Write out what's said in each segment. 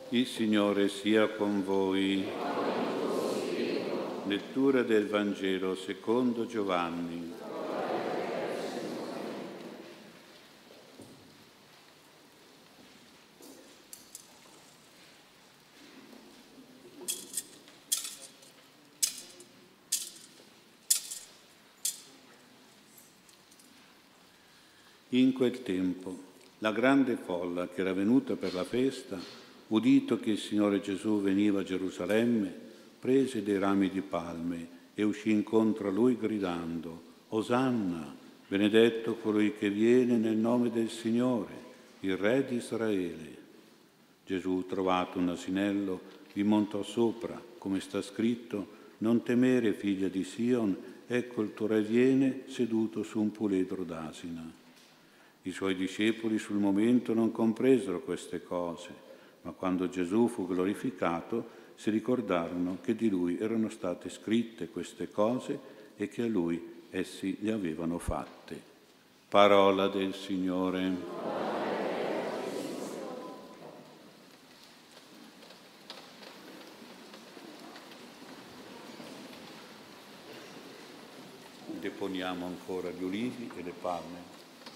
Il Signore sia con voi. Lettura del Vangelo secondo Giovanni. In quel tempo, la grande folla che era venuta per la festa, udito che il Signore Gesù veniva a Gerusalemme, prese dei rami di palme e uscì incontro a lui gridando: Osanna, benedetto colui che viene nel nome del Signore, il Re di Israele. Gesù, trovato un asinello, vi montò sopra, come sta scritto: non temere, figlia di Sion, ecco il tuo Re viene seduto su un puledro d'asina. I suoi discepoli sul momento non compresero queste cose, ma quando Gesù fu glorificato si ricordarono che di lui erano state scritte queste cose e che a lui essi le avevano fatte. Parola del Signore. Deponiamo ancora gli ulivi e le palme.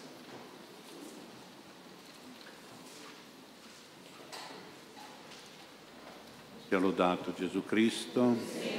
Sia lodato Gesù Cristo.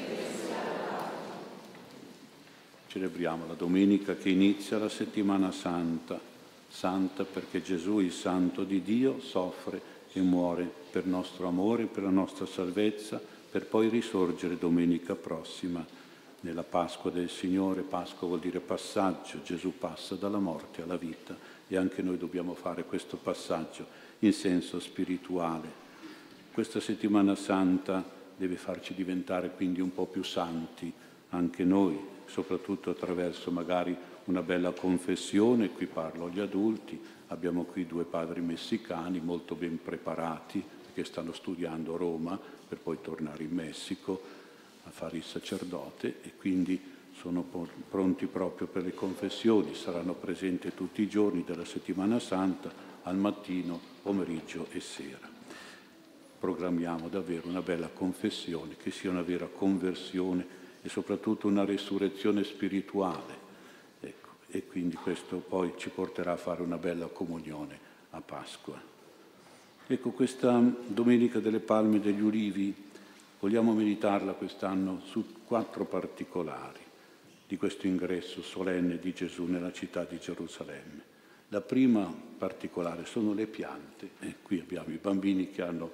Celebriamo la domenica che inizia la settimana santa, santa perché Gesù, il Santo di Dio, soffre e muore per nostro amore, per la nostra salvezza, per poi risorgere domenica prossima nella Pasqua del Signore. Pasqua vuol dire passaggio, Gesù passa dalla morte alla vita e anche noi dobbiamo fare questo passaggio in senso spirituale. Questa settimana santa deve farci diventare quindi un po' più santi anche noi, soprattutto attraverso magari una bella confessione. Qui parlo agli adulti, abbiamo qui 2 padri messicani molto ben preparati che stanno studiando a Roma per poi tornare in Messico a fare il sacerdote e quindi sono pronti proprio per le confessioni, saranno presenti tutti i giorni della settimana santa, al mattino, pomeriggio e sera. Programmiamo davvero una bella confessione, che sia una vera conversione e soprattutto una risurrezione spirituale. Ecco, e quindi questo poi ci porterà a fare una bella comunione a Pasqua. Ecco, questa Domenica delle Palme e degli Ulivi vogliamo meditarla quest'anno su 4 particolari di questo ingresso solenne di Gesù nella città di Gerusalemme. La prima particolare sono le piante. Qui abbiamo i bambini che hanno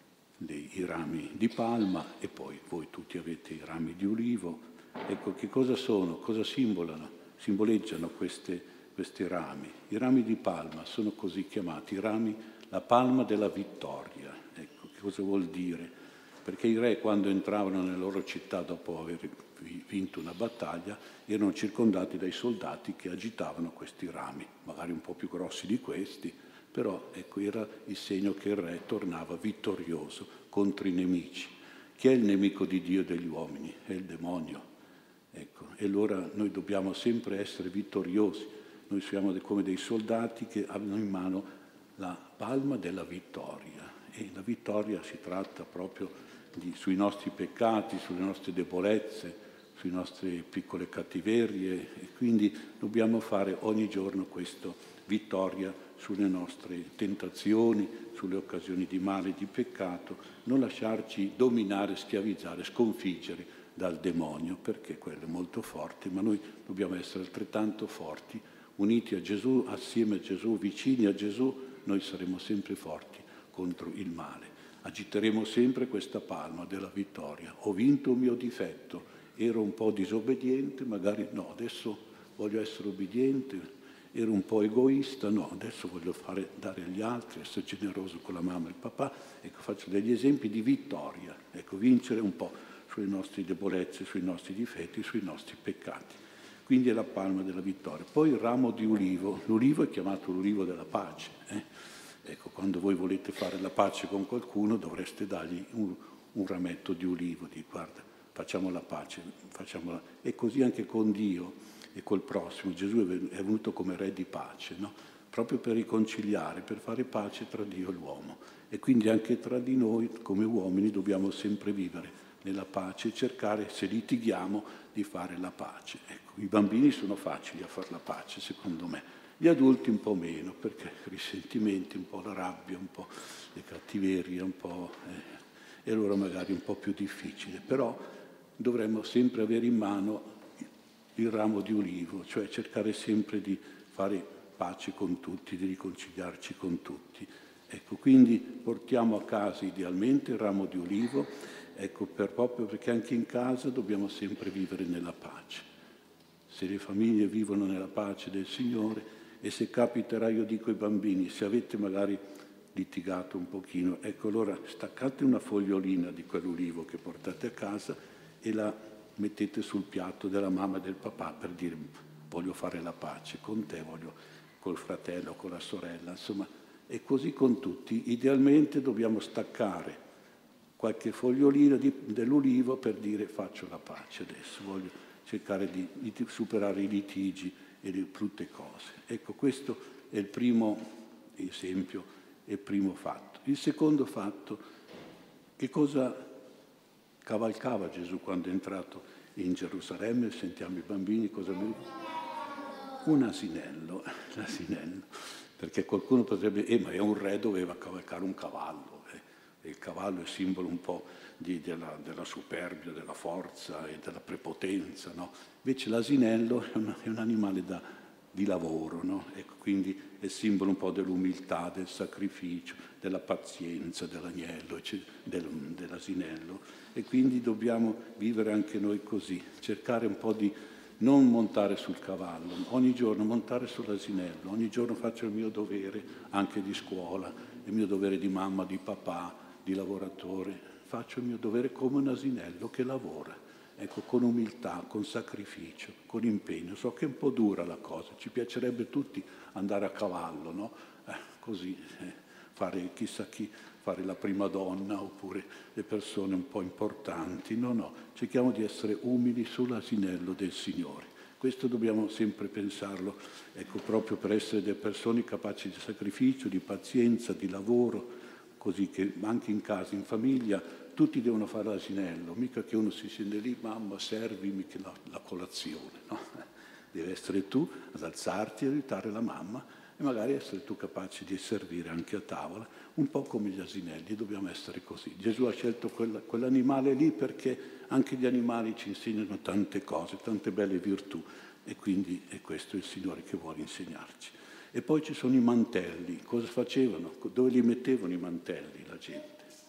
i rami di palma e poi voi tutti avete i rami di ulivo. Ecco, che cosa sono, cosa simboleggiano questi rami? I rami di palma sono così chiamati rami, la palma della vittoria. Ecco, che cosa vuol dire? Perché i re, quando entravano nelle loro città dopo aver vinto una battaglia, erano circondati dai soldati che agitavano questi rami, magari un po' più grossi di questi, però ecco, era il segno che il re tornava vittorioso contro i nemici. Chi è il nemico di Dio e degli uomini? È il demonio. Ecco, e allora noi dobbiamo sempre essere vittoriosi. Noi siamo come dei soldati che hanno in mano la palma della vittoria. E la vittoria si tratta proprio sui nostri peccati, sulle nostre debolezze, sulle nostre piccole cattiverie. E quindi dobbiamo fare ogni giorno questa vittoria sulle nostre tentazioni, sulle occasioni di male e di peccato, non lasciarci dominare, schiavizzare, sconfiggere dal demonio, perché quello è molto forte, ma noi dobbiamo essere altrettanto forti, uniti a Gesù, assieme a Gesù, vicini a Gesù, noi saremo sempre forti contro il male. Agiteremo sempre questa palma della vittoria. Ho vinto un mio difetto, ero un po' disobbediente, magari no, adesso voglio essere obbediente, ero un po' egoista, no, adesso voglio dare agli altri, essere generoso con la mamma e il papà. Ecco, faccio degli esempi di vittoria, ecco, vincere un po' sulle nostre debolezze, sui nostri difetti, sui nostri peccati. Quindi è la palma della vittoria. Poi il ramo di ulivo, l'ulivo è chiamato l'ulivo della pace. Ecco, quando voi volete fare la pace con qualcuno dovreste dargli un rametto di ulivo, di guarda, facciamo la pace, facciamola. E così anche con Dio e col prossimo. Gesù è venuto come re di pace, no? Proprio per riconciliare, per fare pace tra Dio e l'uomo. E quindi anche tra di noi, come uomini, dobbiamo sempre vivere nella pace e cercare, se litighiamo, di fare la pace. Ecco, i bambini sono facili a fare la pace, secondo me. Gli adulti un po' meno, perché risentimenti, un po' la rabbia, un po' le cattiverie, un po'... e allora magari un po' più difficile. Però dovremmo sempre avere in mano il ramo di ulivo, cioè cercare sempre di fare pace con tutti, di riconciliarci con tutti. Ecco, quindi portiamo a casa idealmente il ramo di ulivo, ecco, proprio perché anche in casa dobbiamo sempre vivere nella pace. Se le famiglie vivono nella pace del Signore, e se capiterà, io dico ai bambini, se avete magari litigato un pochino, ecco, allora staccate una fogliolina di quell'ulivo che portate a casa e la mettete sul piatto della mamma e del papà per dire voglio fare la pace con te, voglio col fratello, con la sorella, insomma. E così con tutti. Idealmente dobbiamo staccare qualche fogliolina dell'ulivo per dire faccio la pace adesso, voglio cercare di superare i litigi e le brutte cose. Ecco, questo è il primo esempio e il primo fatto. Il secondo fatto, che cosa cavalcava Gesù quando è entrato in Gerusalemme? Sentiamo i bambini cosa mi... Un asinello, l'asinello. Perché qualcuno potrebbe, ma è un re, doveva cavalcare un cavallo. E il cavallo è simbolo un po' della superbia, della forza e della prepotenza, no? Invece l'asinello è un animale di lavoro, no? Ecco, quindi è simbolo un po' dell'umiltà, del sacrificio, della pazienza dell'agnello, dell'asinello. E quindi dobbiamo vivere anche noi così, cercare un po' di non montare sul cavallo, ogni giorno montare sull'asinello, ogni giorno faccio il mio dovere anche di scuola, il mio dovere di mamma, di papà, di lavoratore, faccio il mio dovere come un asinello che lavora, ecco, con umiltà, con sacrificio, con impegno. So che è un po' dura la cosa, ci piacerebbe tutti andare a cavallo, no? Così, fare chissà chi, fare la prima donna oppure le persone un po' importanti. No, cerchiamo di essere umili sull'asinello del Signore. Questo dobbiamo sempre pensarlo, ecco, proprio per essere delle persone capaci di sacrificio, di pazienza, di lavoro, così che anche in casa, in famiglia, tutti devono fare l'asinello, mica che uno si scende lì, mamma, servimi che la colazione, no? Deve essere tu ad alzarti e aiutare la mamma e magari essere tu capace di servire anche a tavola, un po' come gli asinelli, dobbiamo essere così. Gesù ha scelto quell'animale lì perché anche gli animali ci insegnano tante cose, tante belle virtù, e quindi è questo il Signore che vuole insegnarci. E poi ci sono i mantelli. Cosa facevano? Dove li mettevano i mantelli la gente?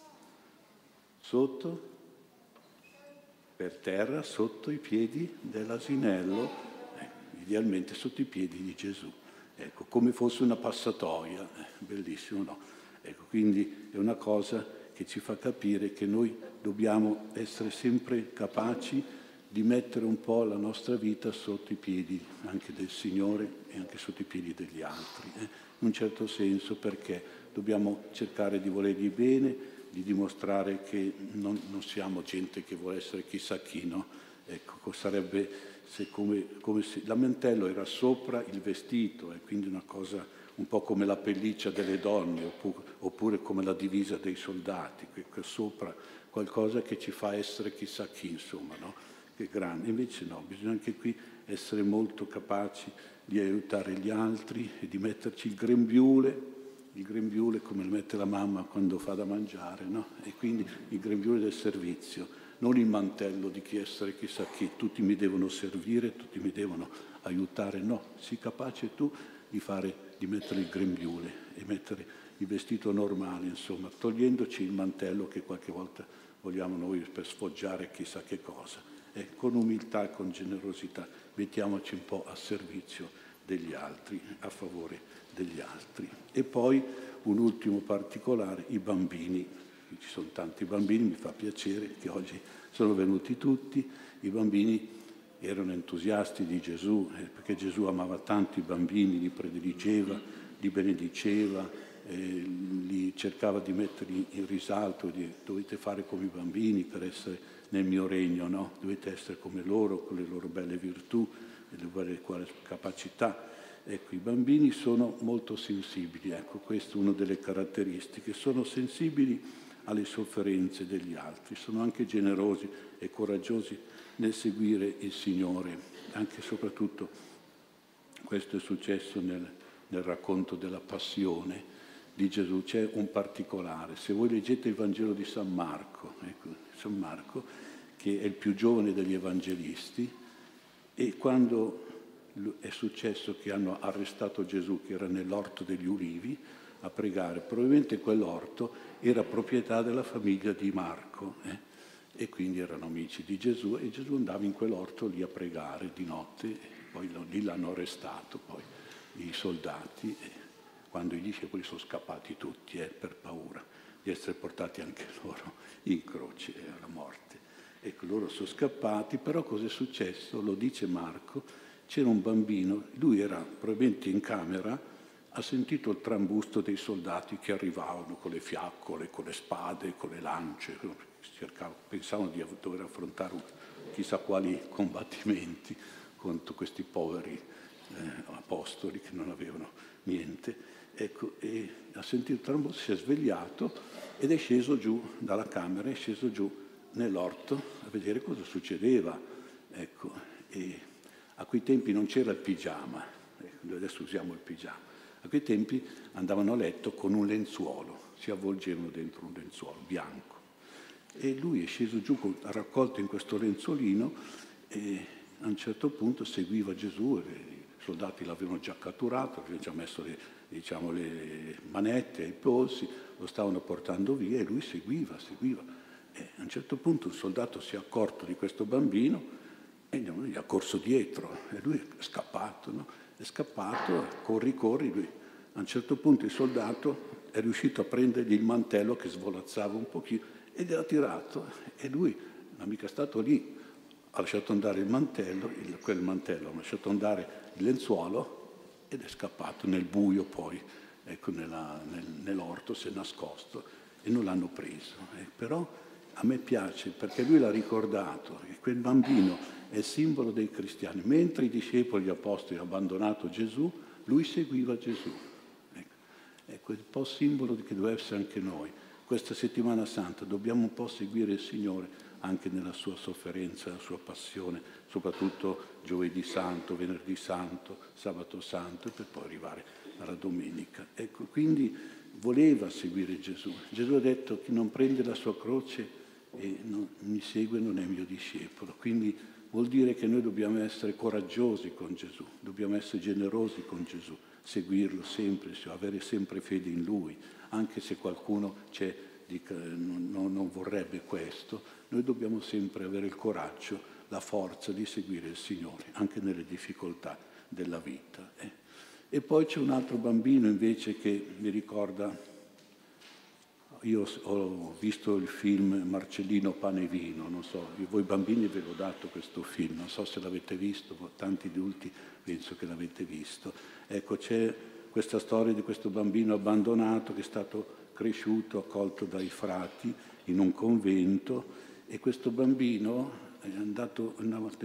Sotto? Per terra, sotto i piedi dell'asinello, idealmente sotto i piedi di Gesù. Ecco, come fosse una passatoia, bellissimo, no? Ecco, quindi è una cosa che ci fa capire che noi dobbiamo essere sempre capaci di mettere un po' la nostra vita sotto i piedi anche del Signore e anche sotto i piedi degli altri, in un certo senso, perché dobbiamo cercare di volergli bene, di dimostrare che non siamo gente che vuole essere chissà chi, no? Ecco, sarebbe se come se la mantello era sopra il vestito, e quindi una cosa un po' come la pelliccia delle donne, oppure come la divisa dei soldati, sopra qualcosa che ci fa essere chissà chi, insomma, no? Che grande. Invece no, bisogna anche qui essere molto capaci di aiutare gli altri e di metterci il grembiule come lo mette la mamma quando fa da mangiare, no? E quindi il grembiule del servizio, non il mantello di chi essere chissà chi, tutti mi devono servire, tutti mi devono aiutare, no, sii capace tu di mettere il grembiule e mettere il vestito normale, insomma, togliendoci il mantello che qualche volta vogliamo noi per sfoggiare chissà che cosa. E con umiltà e con generosità mettiamoci un po' a servizio degli altri, a favore degli altri. E poi un ultimo particolare, i bambini. Ci sono tanti bambini, mi fa piacere che oggi sono venuti tutti. I bambini erano entusiasti di Gesù, perché Gesù amava tanto i bambini, li prediligeva, li benediceva, li cercava di metterli in risalto, dovete fare come i bambini per essere nel mio regno, no? Dovete essere come loro, con le loro belle virtù, le loro capacità. Ecco, i bambini sono molto sensibili, ecco, questa è una delle caratteristiche, sono sensibili alle sofferenze degli altri, sono anche generosi e coraggiosi nel seguire il Signore, anche e soprattutto questo è successo nel racconto della passione di Gesù. C'è un particolare, se voi leggete il Vangelo di San Marco, ecco, San Marco, che è il più giovane degli evangelisti, e quando è successo che hanno arrestato Gesù, che era nell'orto degli ulivi, a pregare, probabilmente quell'orto era proprietà della famiglia di Marco, e quindi erano amici di Gesù, e Gesù andava in quell'orto lì a pregare di notte, e poi lì l'hanno arrestato, poi i soldati, e quando i discepoli sono scappati tutti per paura di essere portati anche loro in croce alla morte. Ecco, loro sono scappati, però cosa è successo? Lo dice Marco, c'era un bambino, lui era probabilmente in camera, ha sentito il trambusto dei soldati che arrivavano con le fiaccole, con le spade, con le lance, pensavano di dover affrontare chissà quali combattimenti contro questi poveri apostoli che non avevano niente. Ecco, e ha sentito il trambusto, si è svegliato ed è sceso giù dalla camera, è sceso giù nell'orto a vedere cosa succedeva. Ecco, e a quei tempi non c'era il pigiama, noi adesso usiamo il pigiama. A quei tempi andavano a letto con un lenzuolo, si avvolgevano dentro un lenzuolo bianco. E lui è sceso giù, raccolto in questo lenzuolino, e a un certo punto seguiva Gesù, i soldati l'avevano già catturato, avevano già messo le manette ai polsi, lo stavano portando via e lui seguiva. E a un certo punto un soldato si è accorto di questo bambino e gli ha corso dietro e lui è scappato, no? È scappato, corri, lui. A un certo punto il soldato è riuscito a prendergli il mantello che svolazzava un pochino ed era tirato, e lui non è mica stato lì, ha lasciato andare il mantello, ha lasciato andare il lenzuolo ed è scappato nel buio poi, ecco, nell'orto, si è nascosto e non l'hanno preso. Però a me piace perché lui l'ha ricordato, che quel bambino è il simbolo dei cristiani. Mentre i discepoli, gli apostoli hanno abbandonato Gesù, lui seguiva Gesù. Ecco, è un po' simbolo che deve essere anche noi. Questa settimana santa dobbiamo un po' seguire il Signore anche nella sua sofferenza, la sua passione, soprattutto giovedì santo, venerdì santo, sabato santo, e per poi arrivare alla domenica. Ecco, quindi voleva seguire Gesù. Gesù ha detto: chi non prende la sua croce e non mi segue non è mio discepolo. Quindi vuol dire che noi dobbiamo essere coraggiosi con Gesù, dobbiamo essere generosi con Gesù, seguirlo sempre, avere sempre fede in Lui, anche se qualcuno non vorrebbe questo, noi dobbiamo sempre avere il coraggio, la forza di seguire il Signore, anche nelle difficoltà della vita. E poi c'è un altro bambino invece che mi ricorda. Io ho visto il film Marcellino Pane e Vino, non so, voi bambini ve l'ho dato questo film, non so se l'avete visto, tanti adulti penso che l'avete visto. Ecco, c'è questa storia di questo bambino abbandonato che è stato cresciuto, accolto dai frati in un convento, e questo bambino è andato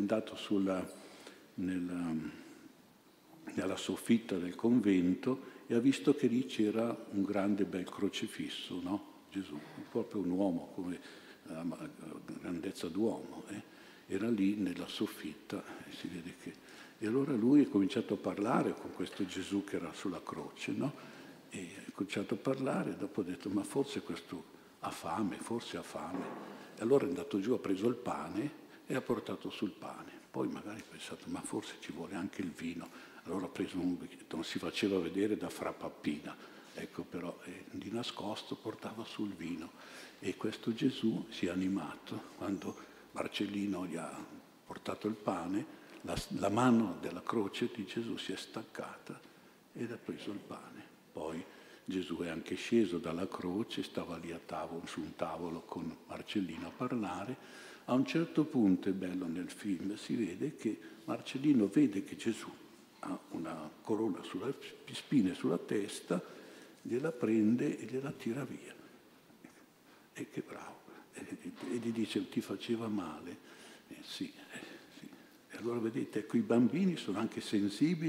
nella soffitta del convento e ha visto che lì c'era un grande bel crocifisso, no? Gesù, proprio un uomo, come la grandezza d'uomo, era lì nella soffitta, e si vede che. E allora lui ha cominciato a parlare con questo Gesù che era sulla croce, no? E ha cominciato a parlare, e dopo ha detto: ma forse questo ha fame, forse ha fame. E allora è andato giù, ha preso il pane e ha portato sul pane. Poi magari ha pensato: ma forse ci vuole anche il vino. Allora ha preso un bicchiere, non si faceva vedere da fra pappina, ecco, però di nascosto portava sul vino. E questo Gesù si è animato quando Marcellino gli ha portato il pane, la mano della croce di Gesù si è staccata ed ha preso il pane. Poi Gesù è anche sceso dalla croce, stava lì a tavolo, su un tavolo con Marcellino a parlare. A un certo punto, è bello nel film, si vede che Marcellino vede che Gesù ha una corona sulla spine sulla testa, gliela prende e gliela tira via. E che bravo. E gli dice: ti faceva male? Sì. E allora vedete, ecco, i bambini sono anche sensibili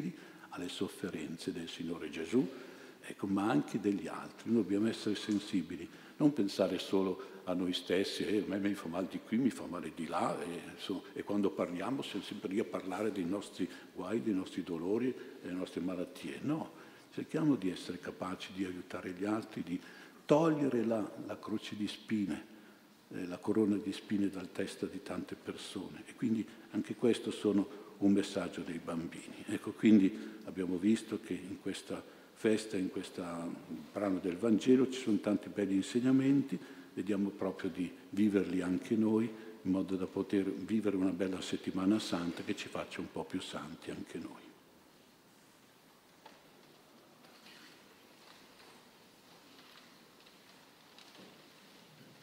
alle sofferenze del Signore Gesù, ecco, ma anche degli altri. Noi dobbiamo essere sensibili, non pensare solo a noi stessi, a me mi fa male di qui, mi fa male di là, e quando parliamo siamo sempre lì a parlare dei nostri guai, dei nostri dolori, delle nostre malattie. No, cerchiamo di essere capaci di aiutare gli altri, di togliere la croce di spine, la corona di spine dal testa di tante persone. E quindi anche questo sono un messaggio dei bambini. Ecco, quindi abbiamo visto che in questa festa, in questo brano del Vangelo, ci sono tanti belli insegnamenti, vediamo proprio di viverli anche noi, in modo da poter vivere una bella settimana santa che ci faccia un po' più santi anche noi.